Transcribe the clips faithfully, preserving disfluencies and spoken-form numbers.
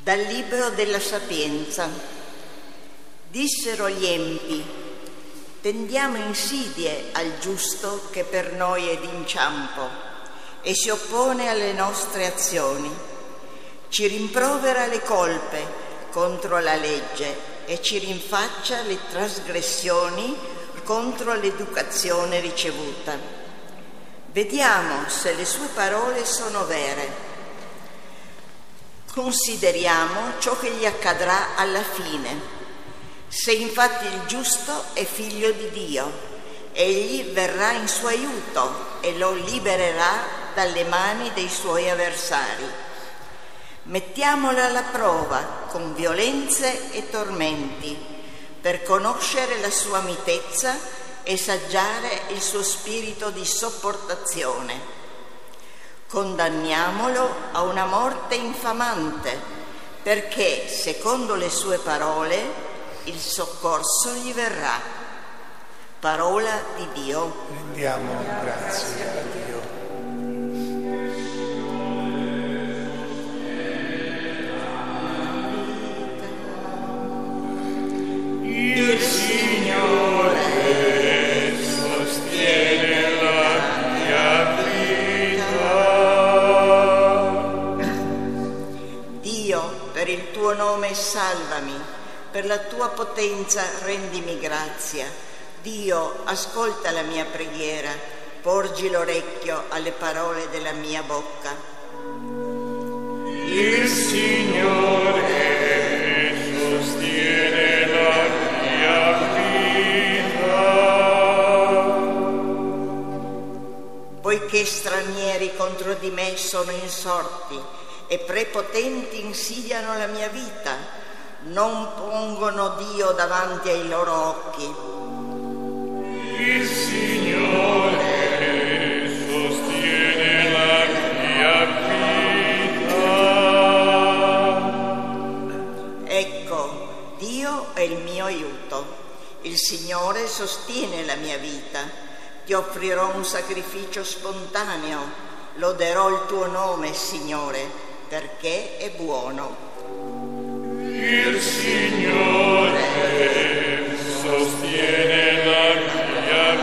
Dal libro della Sapienza. Dissero gli empi: tendiamo insidie al giusto che per noi è d'inciampo e si oppone alle nostre azioni. Ci rimprovera le colpe contro la legge e ci rinfaccia le trasgressioni contro l'educazione ricevuta. Vediamo se le sue parole sono vere. Consideriamo ciò che gli accadrà alla fine. Se infatti il giusto è figlio di Dio, egli verrà in suo aiuto e lo libererà dalle mani dei suoi avversari. Mettiamola alla prova con violenze e tormenti, per conoscere la sua mitezza e saggiare il suo spirito di sopportazione. Condanniamolo a una morte infamante, perché, secondo le sue parole, il soccorso gli verrà. Parola di Dio. Rendiamo grazie a Dio. Il Signore sostiene la mia vita. Dio, per il tuo nome salvami, per la tua potenza rendimi grazia. Dio, ascolta la mia preghiera, porgi l'orecchio alle parole della mia bocca. Il Signore sostiene la mia vita. Poiché stranieri contro di me sono insorti e prepotenti insidiano la mia vita, non pongono Dio davanti ai loro occhi. Il Signore sostiene la mia vita. Ecco, Dio è il mio aiuto. Il Signore sostiene la mia vita. Ti offrirò un sacrificio spontaneo. Loderò il tuo nome, Signore, perché è buono. Il Signore sostiene la mia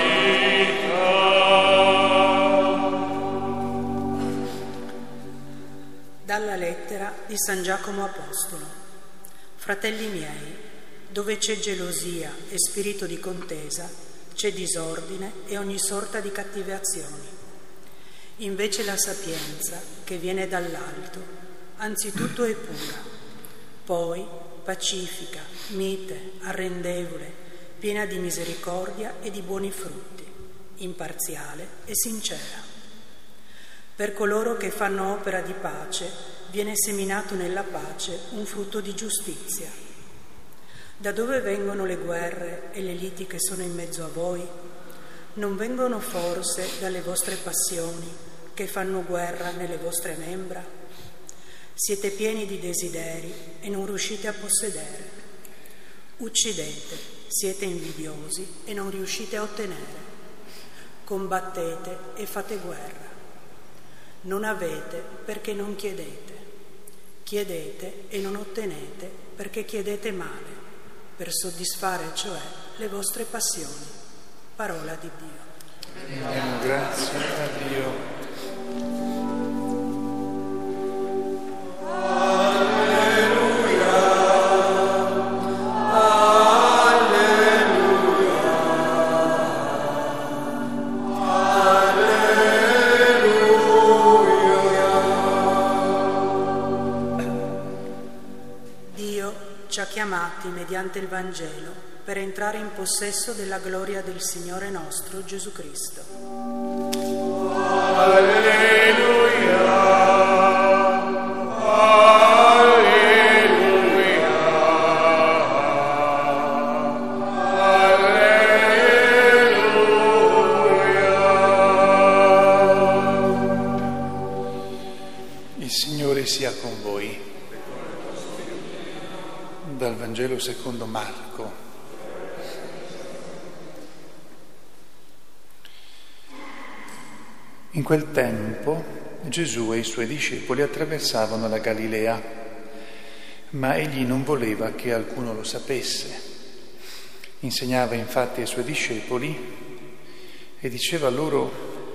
vita. Dalla lettera di San Giacomo Apostolo. Fratelli miei, dove c'è gelosia e spirito di contesa, c'è disordine e ogni sorta di cattive azioni. Invece la sapienza, che viene dall'alto, anzitutto è pura, poi pacifica, mite, arrendevole, piena di misericordia e di buoni frutti, imparziale e sincera. Per coloro che fanno opera di pace viene seminato nella pace un frutto di giustizia. Da dove vengono le guerre e le liti che sono in mezzo a voi? Non vengono forse dalle vostre passioni che fanno guerra nelle vostre membra? Siete pieni di desideri e non riuscite a possedere. Uccidete, siete invidiosi e non riuscite a ottenere. Combattete e fate guerra. Non avete perché non chiedete. Chiedete e non ottenete perché chiedete male, per soddisfare cioè le vostre passioni. Parola di Dio. Rendiamo grazie a Dio. Chiamati mediante il Vangelo per entrare in possesso della gloria del Signore nostro Gesù Cristo. Alleluia, alleluia, alleluia. Il Signore sia con voi. Dal Vangelo secondo Marco. In quel tempo Gesù e i suoi discepoli attraversavano la Galilea Ma egli non voleva che alcuno lo sapesse. Insegnava infatti ai suoi discepoli e diceva loro: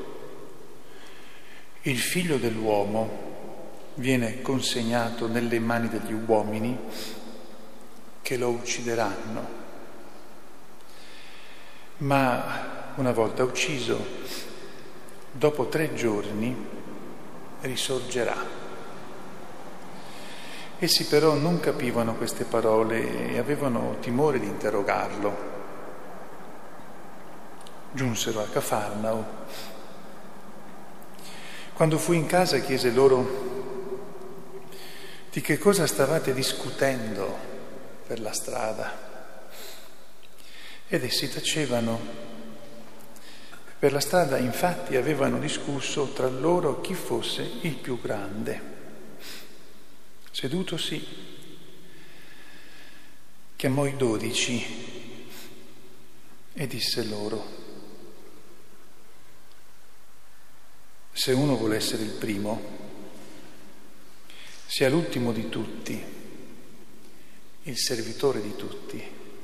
il figlio dell'uomo viene consegnato nelle mani degli uomini che lo uccideranno, ma una volta ucciso, dopo tre giorni risorgerà. Essi però non capivano queste parole e avevano timore di interrogarlo. Giunsero a Cafarnao. Quando fu in casa chiese loro: di che cosa stavate discutendo per la strada? Ed essi tacevano. Per la strada infatti avevano discusso tra loro chi fosse il più grande. Sedutosi, chiamò i dodici e disse loro: se uno vuole essere il primo, sia l'ultimo di tutti, il servitore di tutti.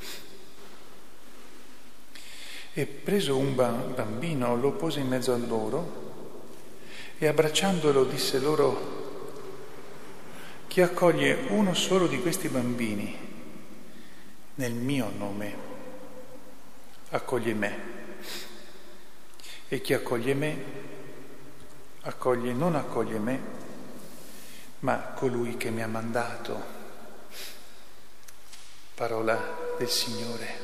E preso un bambino lo pose in mezzo a loro e abbracciandolo disse loro: chi accoglie uno solo di questi bambini nel mio nome accoglie me, e chi accoglie me accoglie non accoglie me, ma colui che mi ha mandato. Parola del Signore.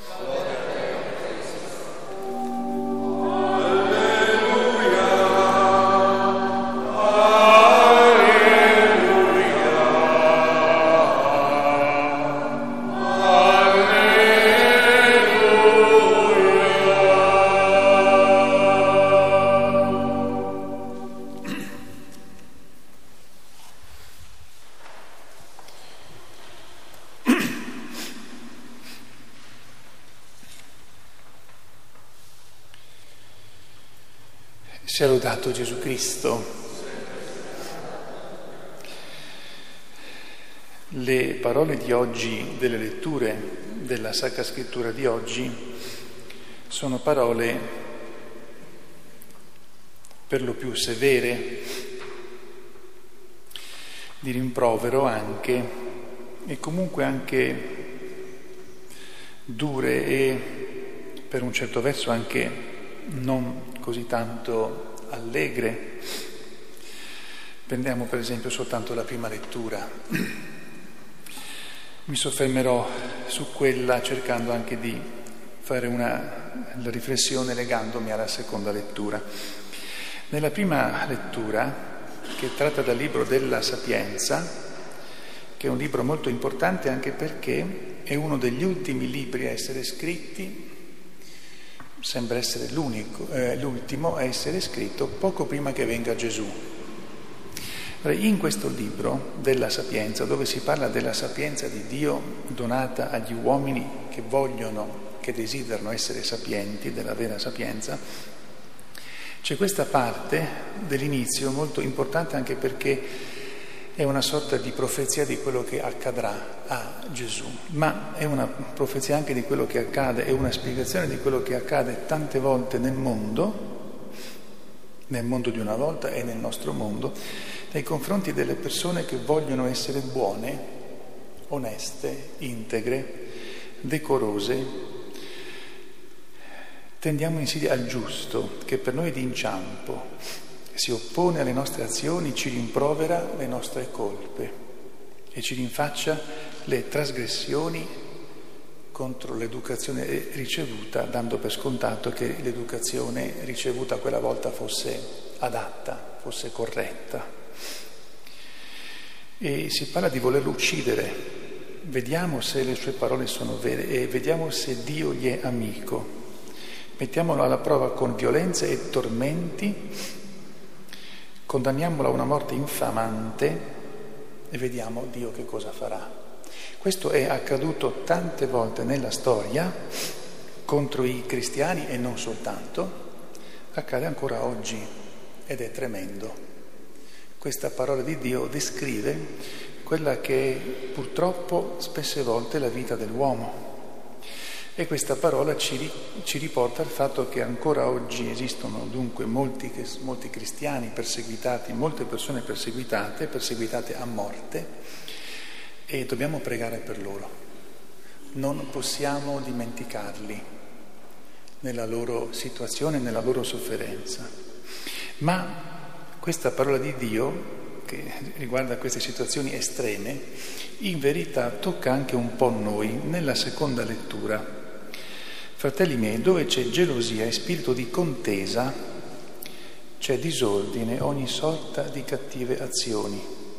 Sia lodato Gesù Cristo. Le parole di oggi, delle letture della Sacra Scrittura di oggi, sono parole per lo più severe, di rimprovero anche, e comunque anche dure e per un certo verso anche non così tanto allegre. Prendiamo per esempio soltanto la prima lettura. Mi soffermerò su quella cercando anche di fare una riflessione legandomi alla seconda lettura. Nella prima lettura, che tratta dal libro della Sapienza, che è un libro molto importante anche perché è uno degli ultimi libri a essere scritti, sembra essere l'unico, eh, l'ultimo a essere scritto poco prima che venga Gesù. In questo libro della Sapienza, dove si parla della sapienza di Dio donata agli uomini che vogliono, che desiderano essere sapienti, della vera sapienza, c'è questa parte dell'inizio molto importante anche perché è una sorta di profezia di quello che accadrà a Gesù, ma è una profezia anche di quello che accade, è una spiegazione di quello che accade tante volte nel mondo, nel mondo di una volta e nel nostro mondo, nei confronti delle persone che vogliono essere buone, oneste, integre, decorose. Tendiamo insidia al giusto, che per noi è d'inciampo, si oppone alle nostre azioni, ci rimprovera le nostre colpe e ci rinfaccia le trasgressioni contro l'educazione ricevuta, dando per scontato che l'educazione ricevuta quella volta fosse adatta, fosse corretta. E si parla di volerlo uccidere. Vediamo se le sue parole sono vere e vediamo se Dio gli è amico. Mettiamolo alla prova con violenze e tormenti, condanniamolo a una morte infamante e vediamo Dio che cosa farà. Questo è accaduto tante volte nella storia contro i cristiani e non soltanto, accade ancora oggi ed è tremendo. Questa parola di Dio descrive quella che purtroppo spesse volte è la vita dell'uomo. E questa parola ci, ci riporta al fatto che ancora oggi esistono dunque molti, molti cristiani perseguitati, molte persone perseguitate, perseguitate a morte, e dobbiamo pregare per loro. Non possiamo dimenticarli nella loro situazione, nella loro sofferenza. Ma questa parola di Dio, che riguarda queste situazioni estreme, in verità tocca anche un po' noi nella seconda lettura. Fratelli miei, dove c'è gelosia e spirito di contesa, c'è disordine, ogni sorta di cattive azioni.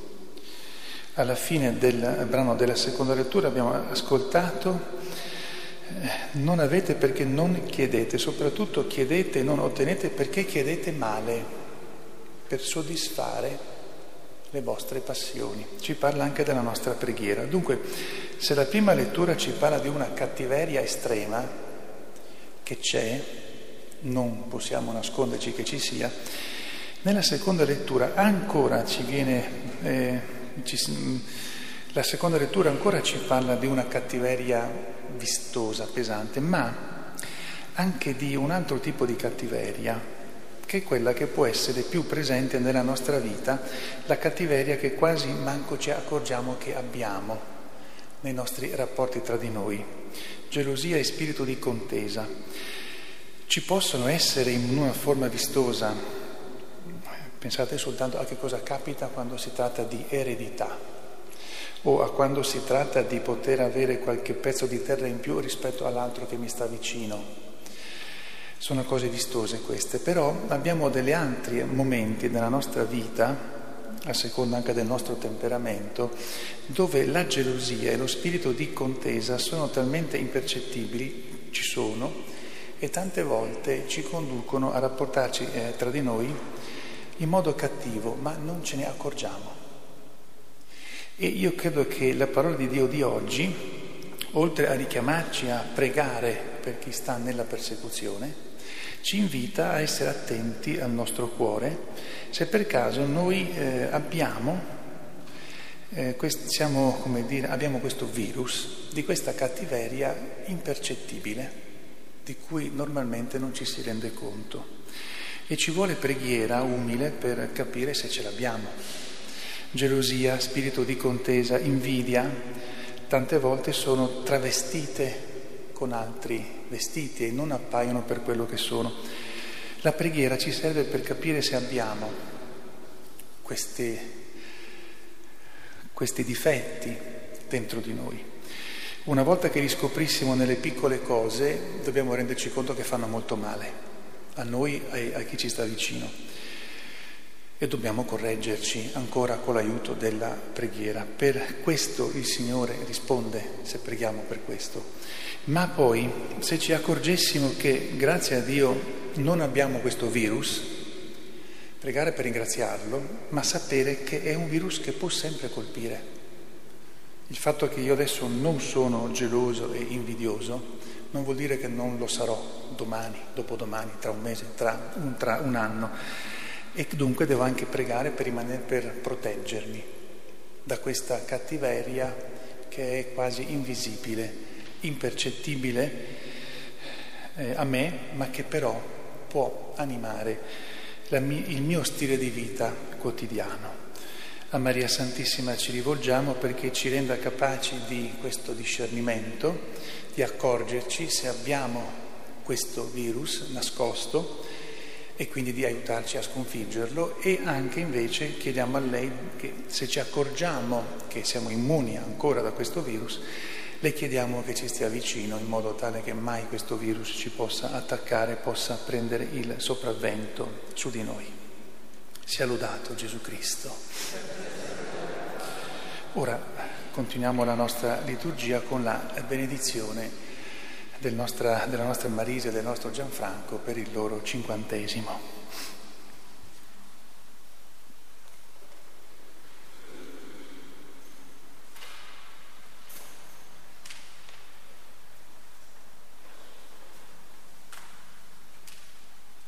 Alla fine del brano della seconda lettura abbiamo ascoltato: eh, non avete perché non chiedete, soprattutto chiedete e non ottenete perché chiedete male, per soddisfare le vostre passioni. Ci parla anche della nostra preghiera. Dunque, se la prima lettura ci parla di una cattiveria estrema che c'è, non possiamo nasconderci che ci sia, nella seconda lettura ancora ci viene, eh, ci, la seconda lettura ancora ci parla di una cattiveria vistosa, pesante, ma anche di un altro tipo di cattiveria, che è quella che può essere più presente nella nostra vita, la cattiveria che quasi manco ci accorgiamo che abbiamo nei nostri rapporti tra di noi. Gelosia e spirito di contesa ci possono essere in una forma vistosa. Pensate soltanto a che cosa capita quando si tratta di eredità, o a quando si tratta di poter avere qualche pezzo di terra in più rispetto all'altro che mi sta vicino. Sono cose vistose queste, però abbiamo degli altri momenti nella nostra vita, a seconda anche del nostro temperamento, dove la gelosia e lo spirito di contesa sono talmente impercettibili, ci sono, e tante volte ci conducono a rapportarci eh, tra di noi in modo cattivo, ma non ce ne accorgiamo. E io credo che la parola di Dio di oggi, oltre a richiamarci a pregare per chi sta nella persecuzione, ci invita a essere attenti al nostro cuore se per caso noi eh, abbiamo, eh, quest- siamo, come dire, abbiamo questo virus di questa cattiveria impercettibile, di cui normalmente non ci si rende conto. E ci vuole preghiera umile per capire se ce l'abbiamo. Gelosia, spirito di contesa, invidia, tante volte sono travestite con altri vestiti e non appaiono per quello che sono. La preghiera ci serve per capire se abbiamo questi, questi difetti dentro di noi. Una volta che li scoprissimo nelle piccole cose, dobbiamo renderci conto che fanno molto male a noi e a chi ci sta vicino. E dobbiamo correggerci ancora con l'aiuto della preghiera. Per questo il Signore risponde se preghiamo per questo. Ma poi, se ci accorgessimo che, grazie a Dio, non abbiamo questo virus, pregare per ringraziarlo, ma sapere che è un virus che può sempre colpire. Il fatto che io adesso non sono geloso e invidioso non vuol dire che non lo sarò domani, dopodomani, tra un mese, tra un, tra un anno. E dunque devo anche pregare per rimanere, per proteggermi da questa cattiveria che è quasi invisibile, impercettibile eh, a me, ma che però può animare la mi- il mio stile di vita quotidiano. A Maria Santissima ci rivolgiamo perché ci renda capaci di questo discernimento, di accorgerci se abbiamo questo virus nascosto e quindi di aiutarci a sconfiggerlo, e anche invece chiediamo a lei che se ci accorgiamo che siamo immuni ancora da questo virus, le chiediamo che ci stia vicino in modo tale che mai questo virus ci possa attaccare, possa prendere il sopravvento su di noi. Sia lodato Gesù Cristo. Ora continuiamo la nostra liturgia con la benedizione del nostra, della nostra Marisa e del nostro Gianfranco per il loro cinquantesimo.